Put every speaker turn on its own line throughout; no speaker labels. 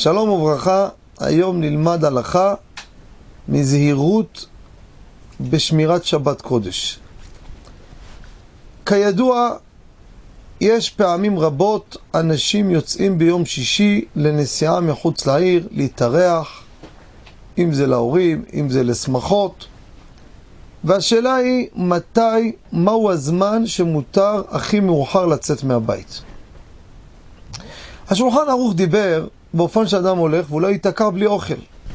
שלום וברכה, היום נלמד הלכה מזהירות בשמירת שבת קודש. כידוע, יש פעמים רבות אנשים יוצאים ביום שישי לנסיעה מחוץ לעיר, להתארח, אם זה להורים, אם זה לשמחות. והשאלה היא מהו הזמן שמותר הכי מאוחר לצאת מהבית. השולחן ערוך דיבר באופן שאדם הולך ואולי ייתקע בלי אוכל.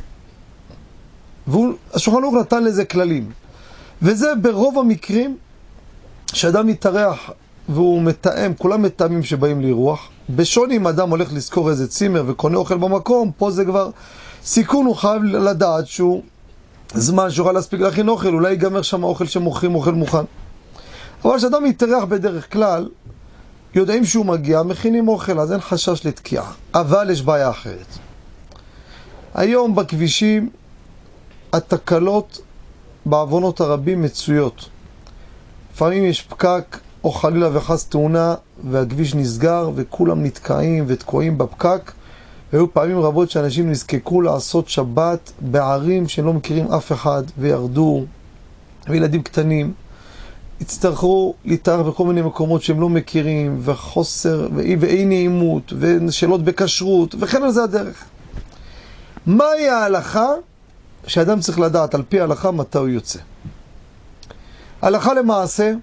השולחן ערוך נתן לזה כללים. וזה ברוב המקרים שאדם מתארח והוא מתאם, כולם מתאמים שבאים לאירוח. בשוני אם אדם הולך לזכור איזה צימר וקונה אוכל במקום, פה זה כבר סיכון, הוא חייב לדעת שהוא זמן שאוכל להספיק להכין אוכל, אולי ייגמר שם אוכל שמוכרים אוכל מוכן. אבל כשאדם מתארח בדרך כלל, יודעים שהוא מגיע, מכינים אוכל, אז אין חשש לתקיעה. אבל יש בעיה אחרת. היום בכבישים התקלות בעוונות הרבים מצויות. לפעמים יש פקק או חלילה וחס תאונה והכביש נסגר וכולם נתקעים ותקועים בפקק. והיו פעמים רבות שאנשים נזקקו לעשות שבת בערים שלא מכירים אף אחד וירדו, וילדים קטנים הצטרכו להתארח בכל מיני מקומות שהם לא מכירים, וחוסר ואי נעימות ושאלות בכשרות, וכן על זה הדרך. מהי ההלכה שאדם צריך לדעת על פי ההלכה מתי הוא יוצא? הלכה למעשה,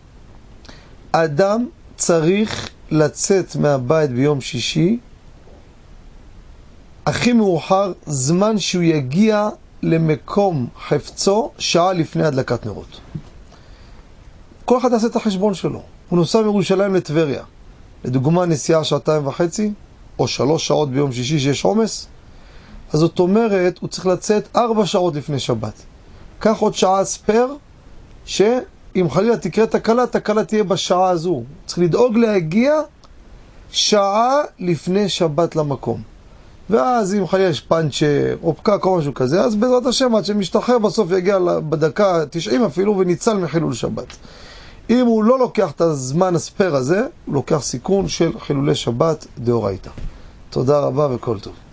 אדם צריך לצאת מהבית ביום שישי הכי מאוחר, זמן שהוא יגיע למקום חפצו שעה לפני הדלקת נרות. כל אחד יעשה את החשבון שלו. הוא נוסע מירושלים לטבריה, לדוגמה נסיעה 2.5 או 3 שעות ביום שישי שיש עומס, אז זאת אומרת הוא צריך לצאת 4 שעות לפני שבת. כך עוד שעה ספר, שאם חלילה תקרה תקלה תהיה בשעה הזו. צריך לדאוג להגיע שעה לפני שבת למקום. ואז אם חלילה יש פנצ'ר או פקק או משהו כזה, אז בעזרת השם עד שמשתחרר בסוף יגיע בדקה 90 אפילו וניצל מחילול שבת. אם הוא לא לוקח את הזמן הספר הזה, הוא לוקח סיכון של חילולי שבת דאורייתא. תודה רבה וכל טוב.